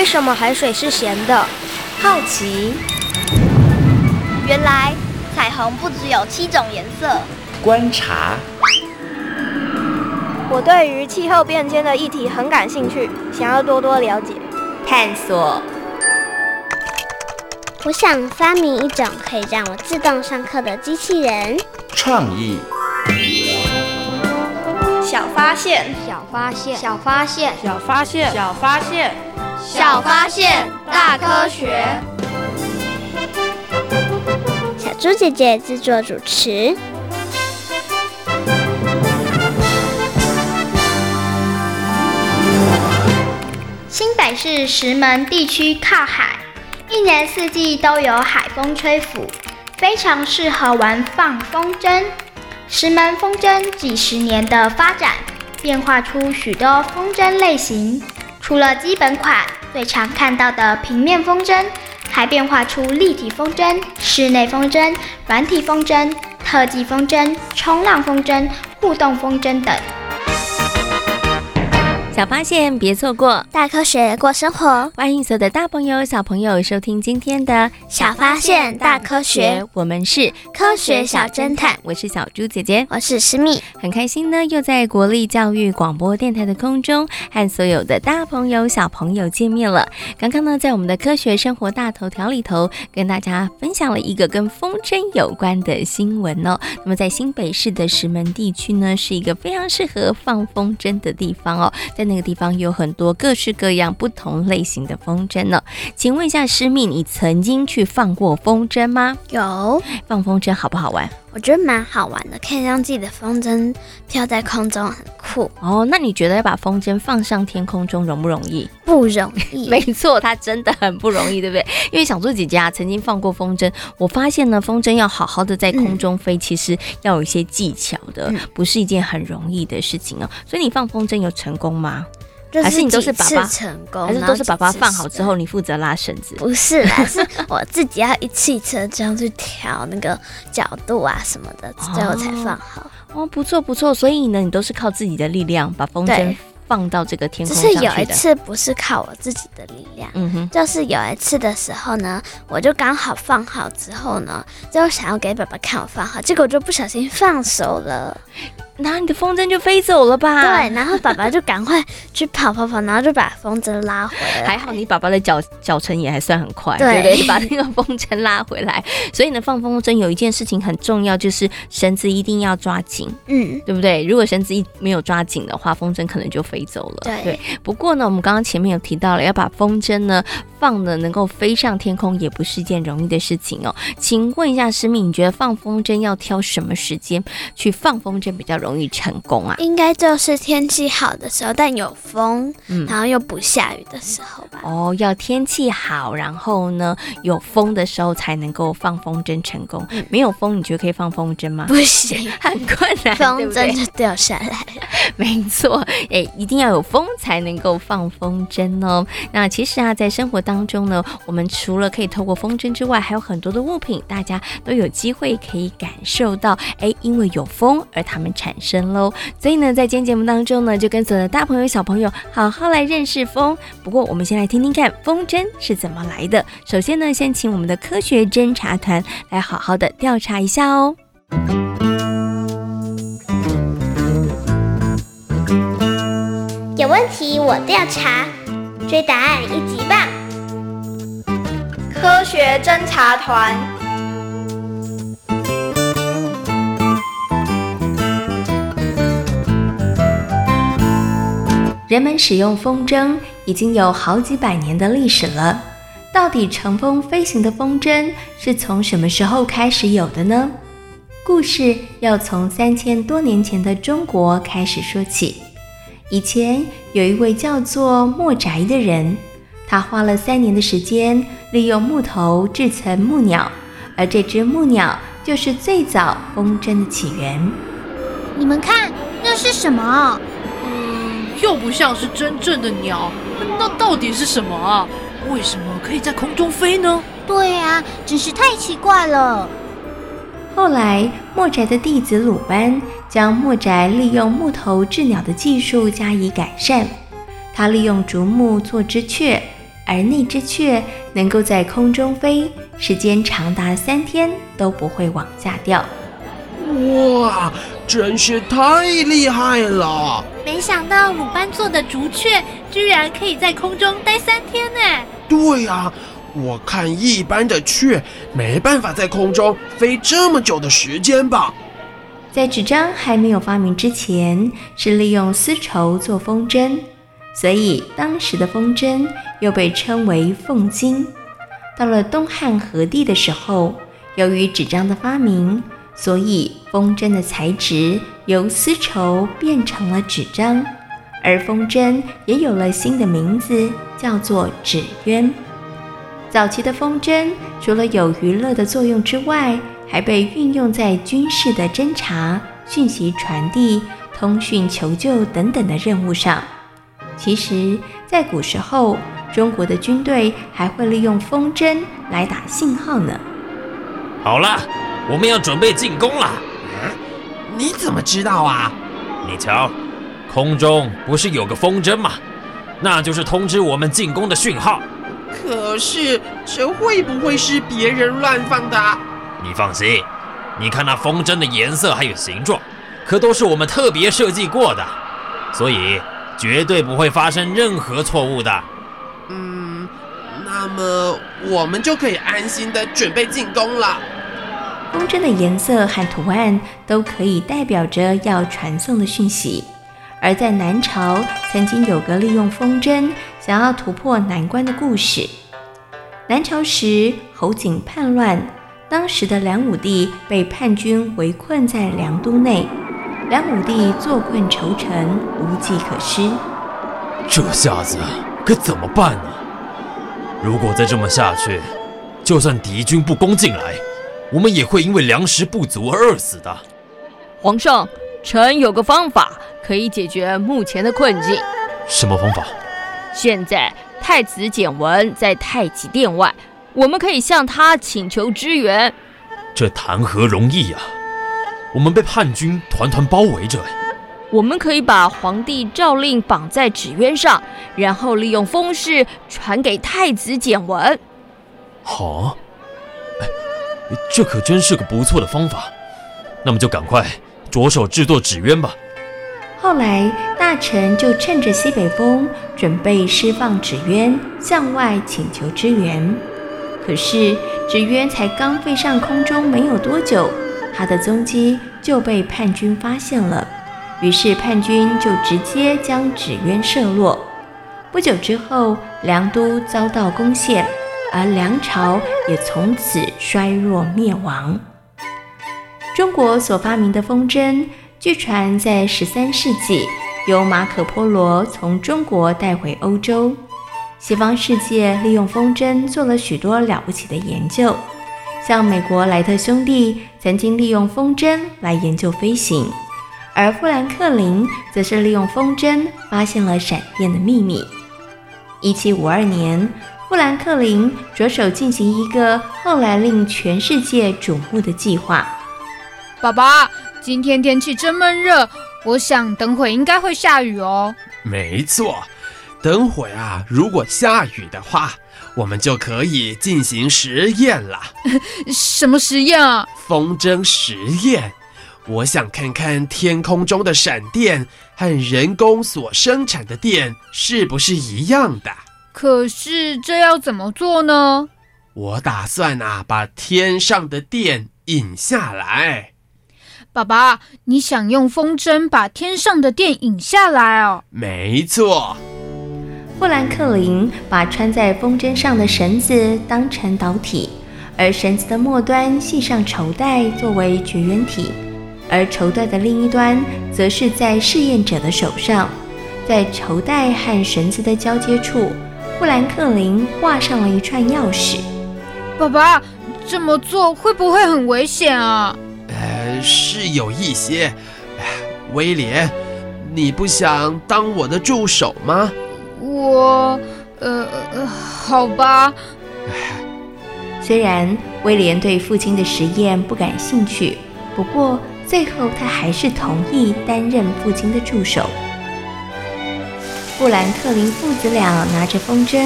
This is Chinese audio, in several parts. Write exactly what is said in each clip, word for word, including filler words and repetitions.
为什么海水是咸的？ 好奇。 原来彩虹不只有七种颜色。 观察。 我对于气候变迁的议题很感兴趣，想要多多了解。 探索。 我想发明一种可以让我自动上课的机器人。 创意。 小发现， 小发现， 小发现， 小发现， 小发现， 小发现，大科学。 小猪姐姐制作主持。 新北市石门地区靠海，一年四季都有海风吹拂，非常适合玩放风筝。石门风筝几十年的发展，变化出许多风筝类型。除了基本款最常看到的平面风筝，还变化出立体风筝、室内风筝、软体风筝、特技风筝、冲浪风筝、互动风筝等。 小发现别错过， 大科学过生活。 欢迎所有的大朋友小朋友收听今天的小发现大科学， 我们是科学小侦探， 我是小猪姐姐， 我是诗蜜。 很开心呢，又在国立教育广播电台的空中和所有的大朋友小朋友见面了。刚刚呢，在我们的科学生活大头条里头，跟大家分享了一个跟风筝有关的新闻哦。那么在新北市的石门地区呢，是一个非常适合放风筝的地方哦。在那个地方有很多各式各样不同类型的风筝呢。请问一下诗蜜，你曾经去放过风筝吗？ 有。 放风筝好不好玩？ 我觉得蛮好玩的，可以让自己的风筝飘在空中，很酷哦。那你觉得要把风筝放上天空中容不容易？ 不容易。 没错，它真的很不容易，对不对？因为小猪姐姐啊，曾经放过风筝，我发现呢，风筝要好好的在空中飞，嗯、其实要有一些技巧的，嗯、不是一件很容易的事情哦。所以你放风筝有成功吗？ 就是、 还是你都是爸爸成功， 还是都是爸爸放好之后，你负责拉绳子？ 不是啦，是我自己要一次一次这样去调那个角度啊什么的，最后才放好。 哦，不错不错，所以呢，你都是靠自己的力量把风筝放到这个天空上去的。 只是有一次不是靠我自己的力量，嗯哼，就是有一次的时候呢，我就刚好放好之后呢，就想要给爸爸看我放好，结果就不小心放手了。 那你的风筝就飞走了吧？ 对，然后爸爸就赶快去跑跑跑，然后就把风筝拉回来。 还好你爸爸的脚脚程也还算很快， 对， 对不对？把那个风筝拉回来。所以呢，放风筝有一件事情很重要，就是绳子一定要抓紧，嗯，对不对？如果绳子一没有抓紧的话，风筝可能就飞走了。 对， 对。不过呢，我们刚刚前面有提到了，要把风筝呢放的能够飞上天空，也不是一件容易的事情哦。请问一下诗蜜，你觉得放风筝要挑什么时间去放风筝比较容易成功啊？ 应该就是天气好的时候，但有风，嗯、然后又不下雨的时候吧。 哦，要天气好，然后呢有风的时候才能够放风筝成功。嗯、没有风，你觉得可以放风筝吗？ 不行， 很困难， 风筝就掉下来了。 没错，哎，一定要有风才能够放风筝哦。那其实啊，在生活当中呢，我们除了可以透过风筝之外，还有很多的物品，大家都有机会可以感受到，哎，因为有风而它们产生喽。所以呢，在今天节目当中呢，就跟所有的大朋友小朋友好好来认识风。不过我们先来听听看风筝是怎么来的。首先呢，先请我们的科学侦查团来好好的调查一下哦。 有问题我调查，追答案一级棒。 科学侦查团。 人们使用风筝已经有好几百年的历史了，到底乘风飞行的风筝是从什么时候开始有的呢？故事要从三千多年前的中国开始说起。以前有一位叫做莫宅的人，他花了三年的时间，利用木头制成木鸟，而这只木鸟就是最早风筝的起源。 你们看，那是什么？ 又不像是真正的鸟，那到底是什么啊？为什么可以在空中飞呢？ 对啊，真是太奇怪了。 后来，莫宅的弟子鲁班将莫宅利用木头制鸟的技术加以改善。他利用竹木做枝雀， 而那只雀能够在空中飞，时间长达三天都不会往下掉。 哇，真是太厉害了！ 没想到鲁班做的竹雀居然可以在空中待三天呢。 对啊，我看一般的雀没办法在空中飞这么久的时间吧。 在纸张还没有发明之前，是利用丝绸做风筝，所以当时的风筝又被称为凤巾。到了东汉和帝的时候，由于纸张的发明，所以风筝的材质由丝绸变成了纸张，而风筝也有了新的名字，叫做纸鸢。早期的风筝除了有娱乐的作用之外，还被运用在军事的侦察、讯息传递、通讯求救等等的任务上。其实，在古时候，中国的军队还会利用风筝来打信号呢。 好了，我们要准备进攻了。 嗯，你怎么知道啊？ 你瞧，空中不是有个风筝吗？那就是通知我们进攻的讯号。 可是，这会不会是别人乱放的啊？ 你放心，你看那风筝的颜色还有形状，可都是我们特别设计过的，所以绝对不会发生任何错误的。 嗯，那么我们就可以安心的准备进攻了。 风筝的颜色和图案都可以代表着要传送的讯息。而在南朝曾经有个利用风筝想要突破难关的故事。南朝时侯景叛乱，当时的梁武帝被叛军围困在梁都内，梁武帝坐困愁城，无计可施。 这下子可怎么办呢？如果再这么下去，就算敌军不攻进来，我们也会因为粮食不足而饿死的。 皇上，臣有个方法可以解决目前的困境。 什么方法？ 现在太子简文在太极殿外，我们可以向他请求支援。 这谈何容易啊！我们被叛军团团包围着。 我们可以把皇帝诏令绑在纸鸢上，然后利用风势传给太子简文。 好，哎，这可真是个不错的方法。那么就赶快着手制作纸鸢吧。 后来大臣就趁着西北风，准备释放纸鸢向外请求支援。可是纸鸢才刚飞上空中没有多久，它的踪迹就被叛军发现了。于是叛军就直接将纸鸢射落。不久之后，梁都遭到攻陷，而梁朝也从此衰弱灭亡。中国所发明的风筝，据传在十三世纪由马可波罗从中国带回欧洲。西方世界利用风筝做了许多了不起的研究，像美国莱特兄弟曾经利用风筝来研究飞行，而富兰克林则是利用风筝发现了闪电的秘密。一七五二年，富兰克林着手进行一个后来令全世界瞩目的计划。 爸爸，今天天气真闷热，我想等会应该会下雨哦。 没错，等会啊，如果下雨的话，我们就可以进行实验了。 什么实验啊？ 风筝实验。我想看看天空中的闪电和人工所生产的电是不是一样的。 可是这要怎么做呢？ 我打算啊，把天上的电引下来。 爸爸，你想用风筝把天上的电引下来哦？ 没错。 富兰克林把穿在风筝上的绳子当成导体，而绳子的末端系上绸带作为绝缘体，而绸带的另一端则是在试验者的手上。在绸带和绳子的交接处，富兰克林挂上了一串钥匙。 爸爸，这么做会不会很危险啊？ 呃，是有一些。威廉，你不想当我的助手吗？ 我，呃，好吧。 虽然威廉对父亲的实验不感兴趣，不过最后他还是同意担任父亲的助手。富兰克林父子俩拿着风筝，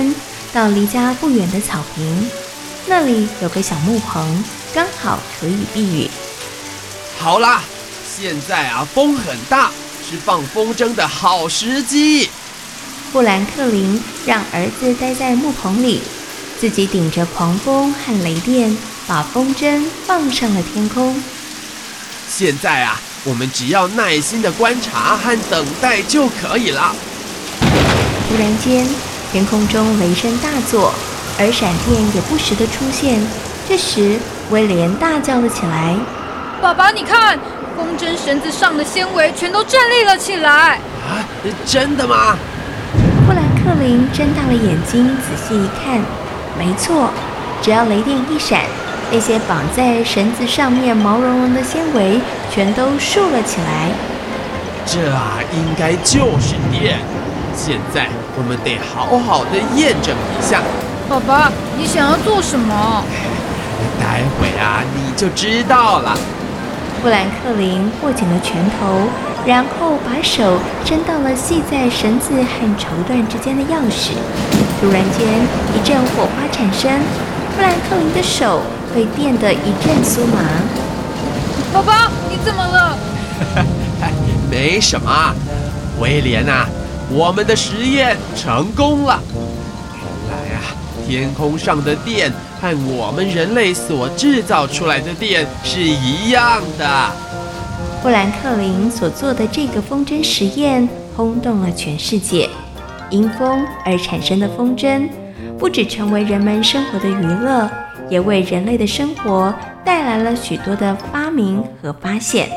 到离家不远的草坪，那里有个小木棚，刚好可以避雨。 好啦，现在啊风很大，是放风筝的好时机。 富兰克林让儿子待在木棚里，自己顶着狂风和雷电，把风筝放上了天空。 现在啊，我们只要耐心的观察和等待就可以了。 突然间，天空中雷声大作，而闪电也不时地出现。这时，威廉大叫了起来：“ 爸爸，你看，风筝绳子上的纤维全都站立了起来！” 啊，真的吗？ 富兰克林睁大了眼睛，仔细一看，没错，只要雷电一闪，那些绑在绳子上面毛茸茸的纤维全都竖了起来。 这啊，应该就是电。现在我们得好好的验证一下。 爸爸，你想要做什么？ 待会啊，你就知道了。 富兰克林握紧了拳头，然后把手伸到了系在绳子和绸缎之间的钥匙。突然间，一阵火花产生，富兰克林的手被电得一阵酥麻。 爸爸，你怎么了？ 没什么，威廉啊，我们的实验成功了。原来啊，天空上的电和我们人类所制造出来的电是一样的。 富兰克林所做的这个风筝实验轰动了全世界。因风而产生的风筝，不只成为人们生活的娱乐，也为人类的生活带来了许多的发明和发现。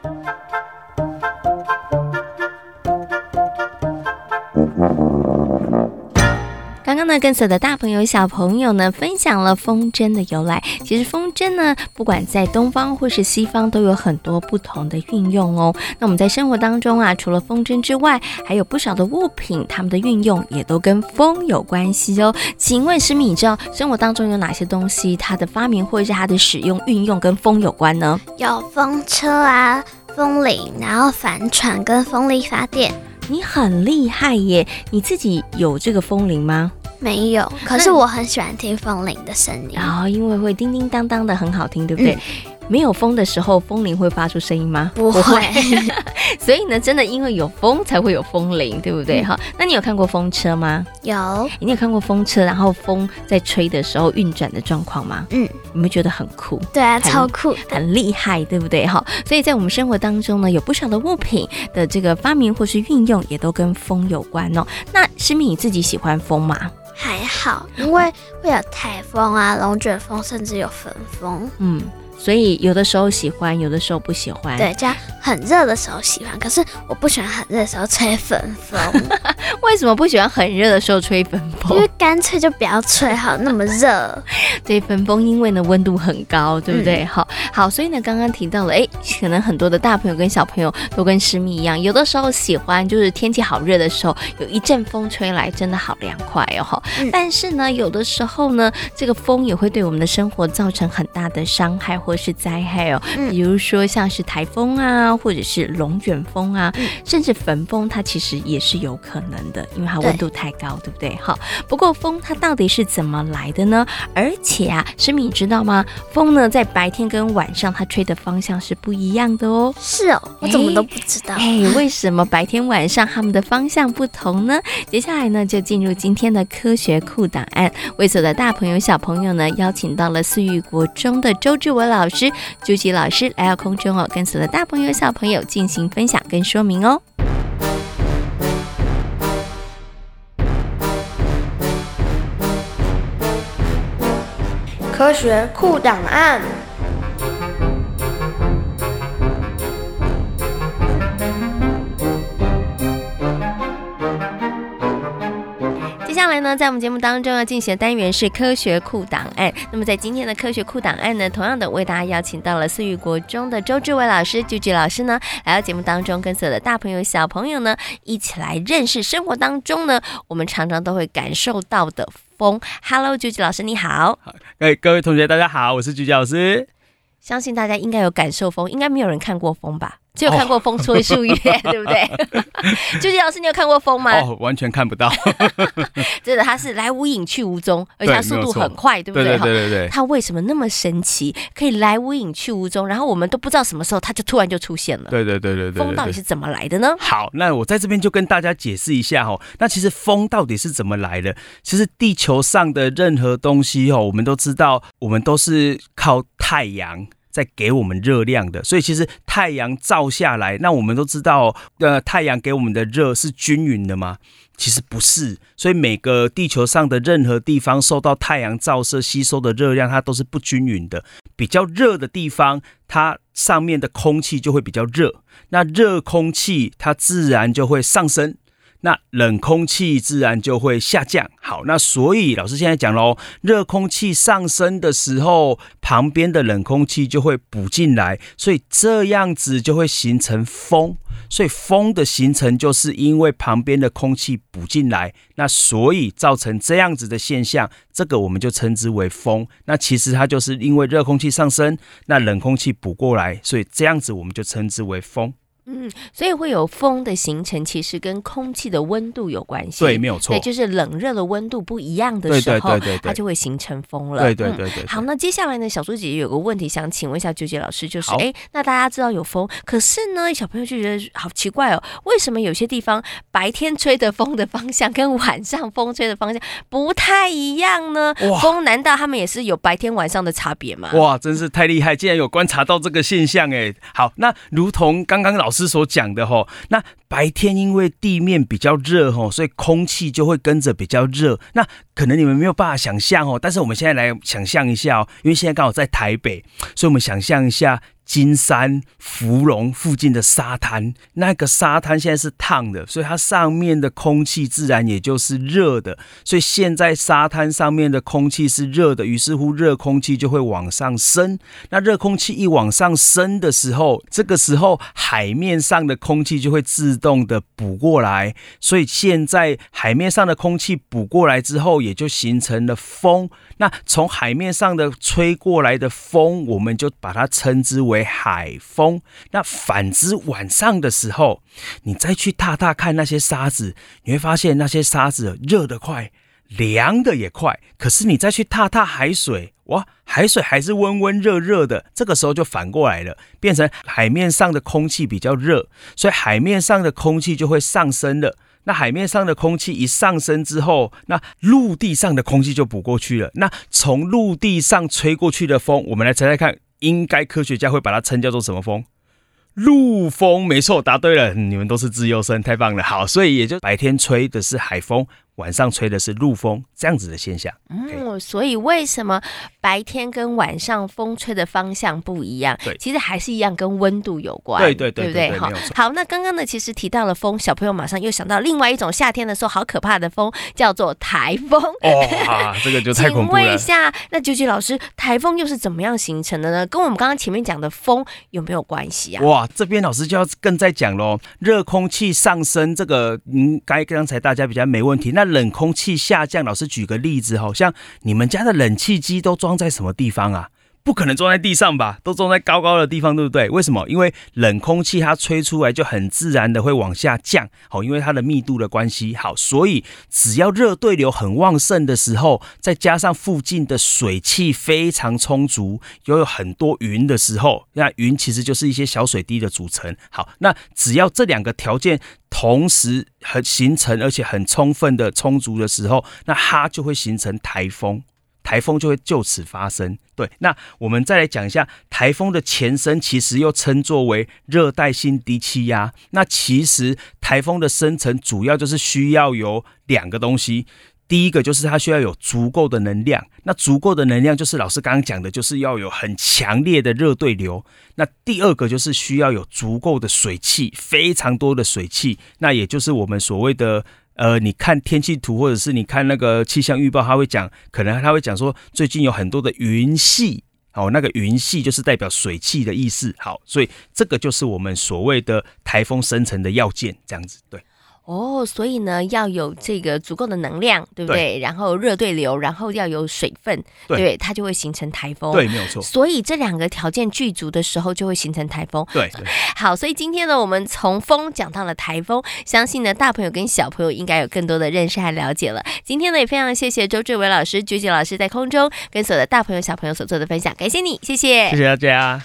刚刚呢，跟所有的大朋友小朋友呢分享了风筝的由来。其实风筝呢，不管在东方或是西方，都有很多不同的运用哦。那我们在生活当中啊，除了风筝之外，还有不少的物品，它们的运用也都跟风有关系哦。请问诗敏，你知道生活当中有哪些东西，它的发明或者是它的使用运用跟风有关呢？ 有风车啊，风铃，然后帆船跟风力发电。 你很厉害耶！你自己有这个风铃吗？ 没有，可是我很喜欢听风铃的声音。 然后因为会叮叮当当的，很好听，对不对？嗯，没有风的时候，风铃会发出声音吗？ 不会。 所以呢，真的因为有风才会有风铃，对不对？哈、嗯，那你有看过风车吗？ 有。 你有看过风车，然后风在吹的时候运转的状况吗？嗯，你们觉得很酷？ 对啊，超酷， 很厉害，对不对？哈，所以在我们生活当中呢，有不少的物品的这个发明或是运用，也都跟风有关哦。那诗敏，你自己喜欢风吗？ 还好，因为会有台风啊、龙卷风，甚至有焚风。 嗯，所以有的时候喜欢，有的时候不喜欢。 对，这样很热的时候喜欢，可是我不喜欢很热的时候吹焚风。 为什么不喜欢很热的时候吹焚风？ 因为干脆就不要吹好那么热。 对，焚风因为呢温度很高，对不对？嗯、好，好，所以呢刚刚提到了，哎，可能很多的大朋友跟小朋友都跟诗敏一样，有的时候喜欢就是天气好热的时候，有一阵风吹来，真的好凉快哦。嗯、但是呢，有的时候呢，这个风也会对我们的生活造成很大的伤害或是灾害哦。嗯、比如说像是台风啊，或者是龙卷风啊，嗯、甚至焚风，它其实也是有可能的，因为它温度太高， 对, 对不对？好，不过风它到底是怎么来的呢？而且啊，诗敏你知道吗？风呢在白天跟晚上它吹的方向是不一样的哦。 是哦，我怎么都不知道。 哎，为什么白天晚上它们的方向不同呢？接下来呢，就进入今天的科学库档案，为所有的大朋友小朋友呢，邀请到了四育国中的周志文老师、朱吉老师来到空中哦，跟所有的大朋友小朋友进行分享跟说明哦。 科学库档案。接下来呢，在我们节目当中要进行的单元是科学库档案。那么在今天的科学库档案呢，同样的为大家邀请到了四育国中的周志伟老师、啾啾老师呢，来到节目当中，跟所有的大朋友小朋友呢，一起来认识生活当中呢，我们常常都会感受到的风。Hello， 啾啾老师你好。 哎，各位同学大家好，我是啾啾老师。 相信大家应该有感受风，应该没有人看过风吧？ 只有看过风吹树叶，哦、对不对？究竟老师，你有看过风吗？ 哦，完全看不到。 真的，它是来无影去无踪，而且它速度很快， 对, 对不对？ 对对对对对。 它为什么那么神奇，可以来无影去无踪？然后我们都不知道什么时候它就突然就出现了。 对对对 对, 对, 对, 对。 风到底是怎么来的呢？ 好，那我在这边就跟大家解释一下哈。那其实风到底是怎么来的？其实地球上的任何东西哦，我们都知道，我们都是靠太阳在给我们热量的，所以其实太阳照下来，那我们都知道，呃，太阳给我们的热是均匀的吗？其实不是，所以每个地球上的任何地方受到太阳照射吸收的热量，它都是不均匀的。比较热的地方，它上面的空气就会比较热，那热空气它自然就会上升。那冷空气自然就会下降。好，那所以老师现在讲咯，热空气上升的时候，旁边的冷空气就会补进来，所以这样子就会形成风。所以风的形成就是因为旁边的空气补进来，那所以造成这样子的现象，这个我们就称之为风。那其实它就是因为热空气上升，那冷空气补过来，所以这样子我们就称之为风。 嗯，所以会有风的形成，其实跟空气的温度有关系。 对，没有错。 对，就是冷热的温度不一样的时候，对对对对对，它就会形成风了。 对对对 对, 对, 对、嗯。 好，那接下来呢，小猪姐姐有个问题想请问一下纠结老师，就是，哎，那大家知道有风，可是呢，小朋友就觉得好奇怪哦，为什么有些地方白天吹的风的方向跟晚上风吹的方向不太一样呢？风难道他们也是有白天晚上的差别吗？ 哇，真是太厉害，竟然有观察到这个现象哎。好，那如同刚刚老师所讲的吼，那白天因为地面比较热吼，所以空气就会跟着比较热。那可能你们没有办法想象哦，但是我们现在来想象一下哦，因为现在刚好在台北，所以我们想象一下金山、福隆附近的沙滩，那个沙滩现在是烫的，所以它上面的空气自然也就是热的。所以现在沙滩上面的空气是热的，于是乎热空气就会往上升。那热空气一往上升的时候，这个时候海面上的空气就会自动的补过来。所以现在海面上的空气补过来之后，也就形成了风。那从海面上的吹过来的风，我们就把它称之为海风。那反之，晚上的时候，你再去踏踏看那些沙子，你会发现那些沙子热得快，凉的也快。可是你再去踏踏海水，哇，海水还是温温热热的。这个时候就反过来了，变成海面上的空气比较热，所以海面上的空气就会上升了。那海面上的空气一上升之后，那陆地上的空气就补过去了。那从陆地上吹过去的风，我们来猜猜看，应该科学家会把它称叫做什么风？陆风，没错，答对了，你们都是自由生，太棒了。好，所以也就白天吹的是海风，晚上吹的是陆风，这样子的现象。 嗯，所以为什么白天跟晚上风吹的方向不一样？ 对， 其实还是一样，跟温度有关。 对对对对不对？ 对对对， 好，那刚刚呢，其实提到了风，小朋友马上又想到另外一种夏天的时候好可怕的风，叫做台风。 哇，这个就太恐怖了。 请问一下，那啾啾老师，台风又是怎么样形成的呢？跟我们刚刚前面讲的风有没有关系啊？ 哇，这边老师就要更再讲咯，热空气上升，这个应该刚才大家比较没问题。那冷空气下降，老师举个例子，好像你们家的冷气机都装在什么地方啊？不可能装在地上吧，都装在高高的地方，对不对？为什么？因为冷空气它吹出来就很自然的会往下降，好，因为它的密度的关系。好，所以只要热对流很旺盛的时候，再加上附近的水汽非常充足，又有很多云的时候，那云其实就是一些小水滴的组成。好，那只要这两个条件同时很形成，而且很充分的充足的时候，那它就会形成台风。台风就会就此发生。对，那我们再来讲一下台风的前身，其实又称作为热带性低气压。那其实台风的生成主要就是需要有两个东西，第一个就是它需要有足够的能量，那足够的能量就是老师刚刚讲的，就是要有很强烈的热对流。那第二个就是需要有足够的水汽，非常多的水汽，那也就是我们所谓的呃，你看天气图或者是你看那个气象预报，他会讲，可能他会讲说最近有很多的云系，好，那个云系就是代表水汽的意思。好，所以这个就是我们所谓的台风生成的要件，这样子。对。 哦，所以呢，要有这个足够的能量，对不对？对，然后热对流，然后要有水分，对，对，它就会形成台风。 对，没有错。 所以这两个条件具足的时候，就会形成台风。 对，对。 好，所以今天呢，我们从风讲到了台风，相信呢，大朋友跟小朋友应该有更多的认识和了解了。今天呢，也非常谢谢周志伟老师、菊菊老师在空中跟所有的大朋友、小朋友所做的分享，感谢你，谢谢， 谢谢大家。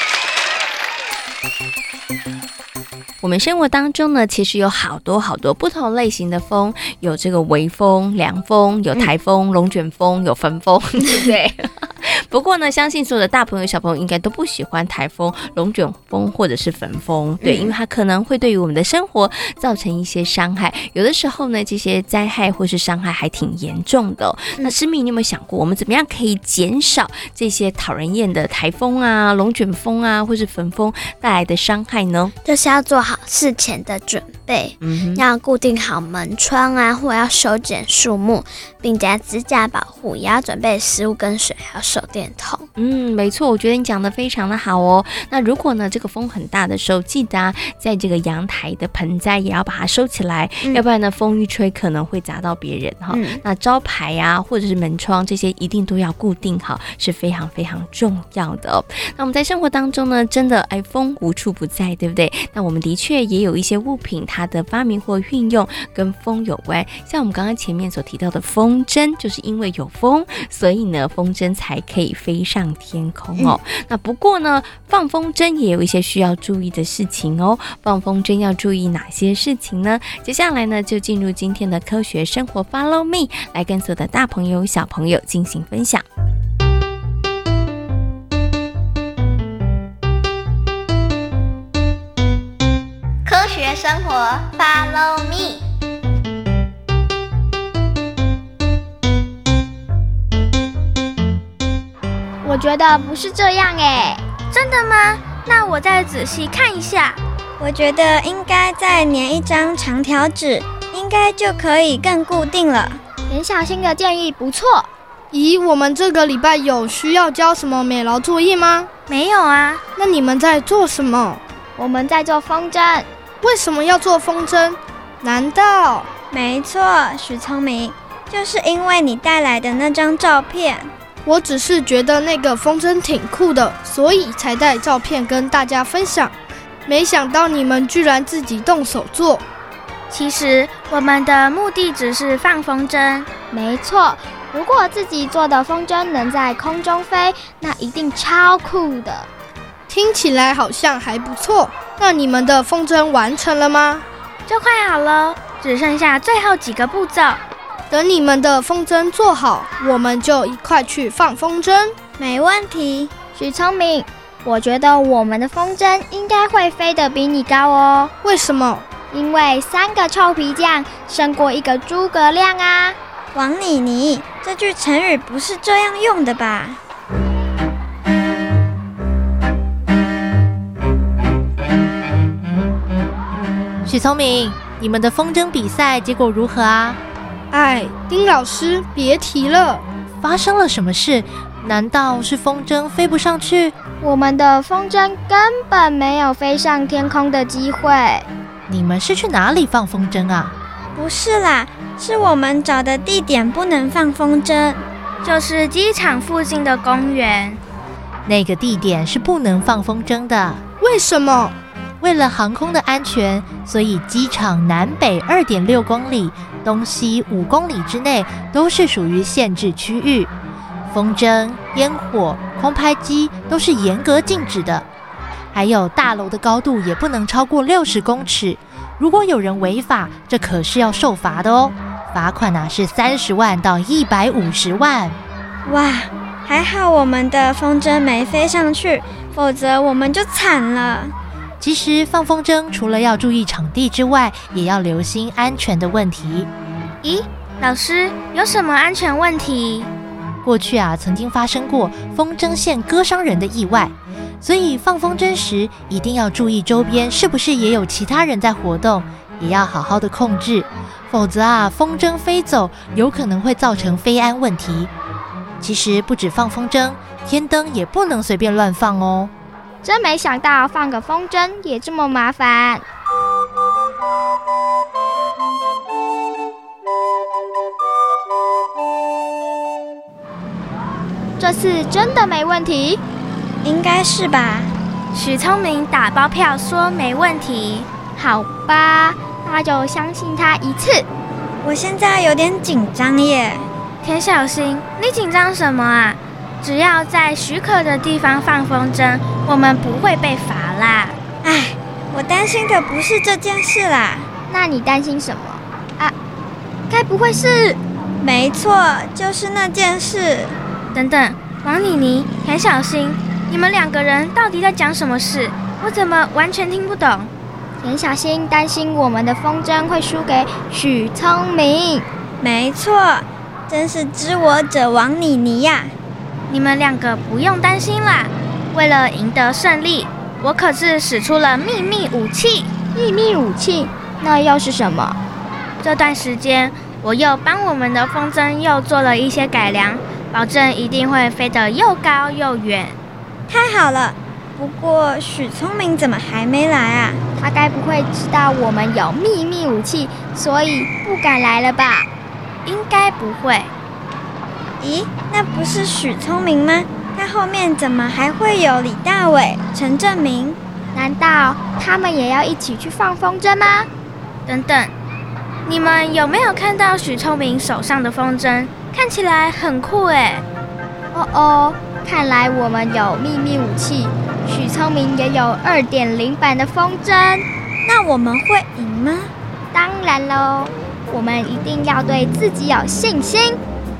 我们生活当中呢，其实有好多好多不同类型的风，有这个微风、凉风，有台风、龙卷风，有焚风，对不对？不过呢，相信所有的大朋友小朋友应该都不喜欢台风、龙卷风或者是焚风，对，因为它可能会对于我们的生活造成一些伤害。有的时候呢，这些灾害或是伤害还挺严重的、哦。那诗敏，你有没有想过，我们怎么样可以减少这些讨人厌的台风啊、龙卷风啊，或是焚风带来的伤害呢？ 就是要做好事前的准备，嗯、要固定好门窗啊，或要修剪树木，并加支架保护，也要准备食物跟水，还有手电筒。 嗯，没错，我觉得你讲的非常的好哦。那如果呢，这个风很大的时候，记得啊，在这个阳台的盆栽也要把它收起来，嗯、要不然呢，风一吹可能会砸到别人哈、嗯。那招牌啊，或者是门窗这些一定都要固定好，是非常非常重要的哦。那我们在生活当中呢，真的哎，风无处不在，对不对？那我们的确也有一些物品，它的发明或运用跟风有关，像我们刚刚前面所提到的风筝，就是因为有风，所以呢，风筝才可以飞上天空哦。嗯、那不过呢，放风筝也有一些需要注意的事情哦。放风筝要注意哪些事情呢？接下来呢，就进入今天的科学生活 Follow Me， 来跟所有的大朋友小朋友进行分享。 科学生活 Follow Me。 我觉得不是这样诶。 真的吗？那我再仔细看一下。 我觉得应该再粘一张长条纸，应该就可以更固定了。 连小新的建议不错。 咦，我们这个礼拜有需要交什么美劳作业吗？ 没有啊。 那你们在做什么？ 我们在做风筝。 为什么要做风筝？难道…… 没错，许聪明，就是因为你带来的那张照片。 我只是觉得那个风筝挺酷的，所以才带照片跟大家分享。没想到你们居然自己动手做。 其实我们的目的只是放风筝。 没错，如果自己做的风筝能在空中飞，那一定超酷的。 听起来好像还不错。那你们的风筝完成了吗？ 就快好了，只剩下最后几个步骤。 等你们的风筝做好，我们就一块去放风筝。 没问题。 许聪明，我觉得我们的风筝应该会飞得比你高哦。 为什么？ 因为三个臭皮匠胜过一个诸葛亮啊。 王妮妮，这句成语不是这样用的吧？ 许聪明，你们的风筝比赛结果如何啊？ 哎，丁老师，别提了。 发生了什么事？难道是风筝飞不上去？ 我们的风筝根本没有飞上天空的机会。 你们是去哪里放风筝啊？ 不是啦，是我们找的地点不能放风筝， 就是机场附近的公园。 那个地点是不能放风筝的。 为什么？ 为了航空的安全，所以机场南北 二点六公里、东西五公里之内都是属于限制区域。风筝、烟火、空拍机都是严格禁止的。还有大楼的高度也不能超过六十公尺。如果有人违法，这可是要受罚的哦。罚款啊是三十万到一百五十万。 哇，还好我们的风筝没飞上去，否则我们就惨了。 其实放风筝除了要注意场地之外，也要留心安全的问题。 咦，老师，有什么安全问题？ 过去啊，曾经发生过风筝线割伤人的意外，所以放风筝时一定要注意周边是不是也有其他人在活动，也要好好的控制，否则啊，风筝飞走有可能会造成飞安问题。其实不止放风筝，天灯也不能随便乱放哦。 真没想到放个风筝也这么麻烦。 这次真的没问题？ 应该是吧。 许聪明打包票说没问题。 好吧，那就相信他一次。 我现在有点紧张耶。 田小新，你紧张什么啊？只要在许可的地方放风筝，我们不会被罚啦。 唉，我担心的不是这件事啦。 那你担心什么啊？该不会是…… 没错，就是那件事。 等等，王妮妮、田小新，你们两个人到底在讲什么事？我怎么完全听不懂？ 田小新担心我们的风筝会输给许聪明。 没错，真是知我者王妮妮呀。 你们两个不用担心啦，为了赢得胜利，我可是使出了秘密武器。 秘密武器？那又是什么？ 这段时间，我又帮我们的风筝又做了一些改良，保证一定会飞得又高又远。 太好了！不过许聪明怎么还没来啊？ 他该不会知道我们有秘密武器，所以不敢来了吧？ 应该不会。 咦，那不是许聪明吗？他后面怎么还会有李大伟、陈正明？ 难道他们也要一起去放风筝吗？ 等等，你们有没有看到许聪明手上的风筝？看起来很酷哎。 哦哦，看来我们有秘密武器，许聪明也有 二点零 版的风筝。 那我们会赢吗？ 当然喽，我们一定要对自己有信心。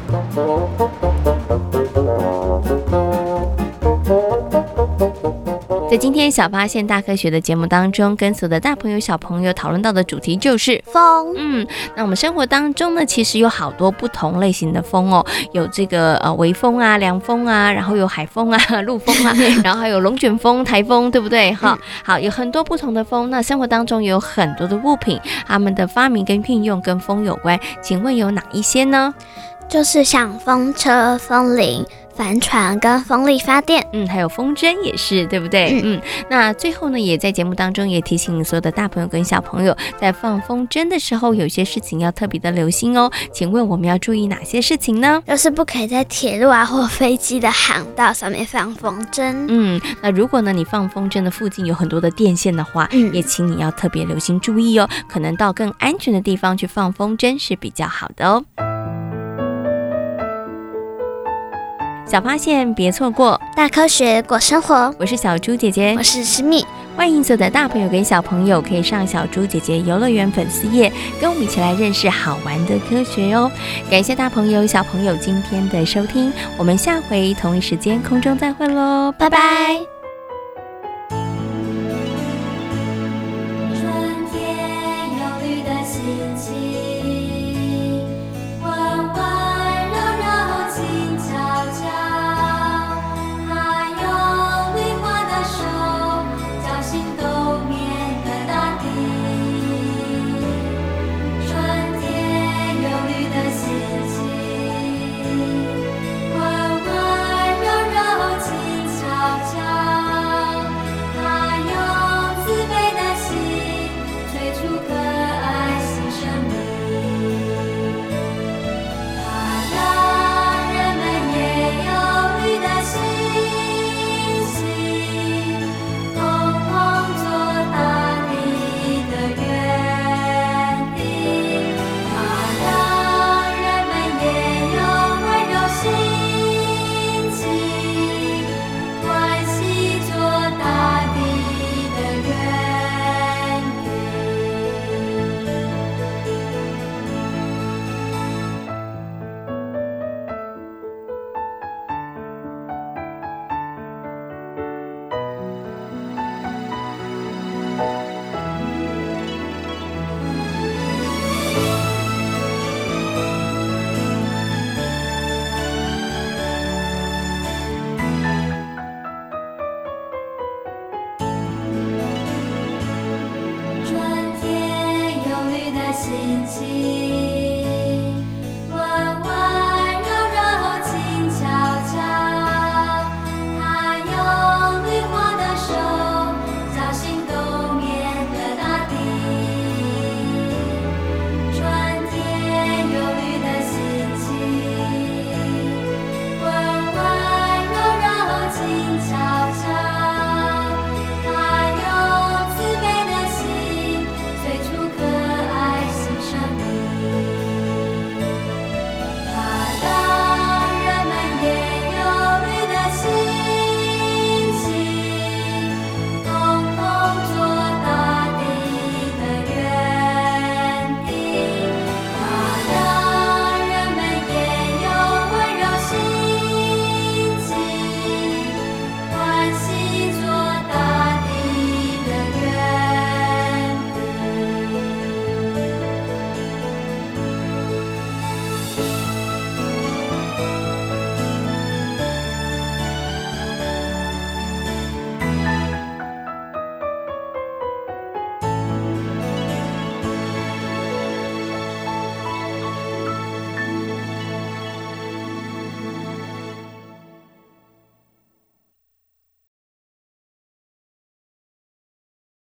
在今天小发现大科学的节目当中，跟所有的大朋友小朋友讨论到的主题就是风。 嗯，那我们生活当中呢，其实有好多不同类型的风哦，有这个呃微风啊、凉风啊，然后有海风啊、陆风啊，然后还有龙卷风、台风，对不对？哈，好，有很多不同的风。那生活当中也有很多的物品，它们的发明跟运用跟风有关，请问有哪一些呢？ 就是像风车、风铃、帆船跟风力发电， 嗯，还有风筝也是，对不对？嗯，嗯那最后呢，也在节目当中也提醒所有的大朋友跟小朋友，在放风筝的时候，有些事情要特别的留心哦。请问我们要注意哪些事情呢？ 就是不可以在铁路啊或飞机的航道上面放风筝。 嗯，那如果呢你放风筝的附近有很多的电线的话，嗯、也请你要特别留心注意哦，可能到更安全的地方去放风筝是比较好的哦。小发现别错过， 大科学过生活。 我是小猪姐姐， 我是诗蜜。 欢迎所有的大朋友跟小朋友可以上小猪姐姐游乐园粉丝页，跟我们一起来认识好玩的科学哦。感谢大朋友小朋友今天的收听，我们下回同一时间空中再会喽，拜拜。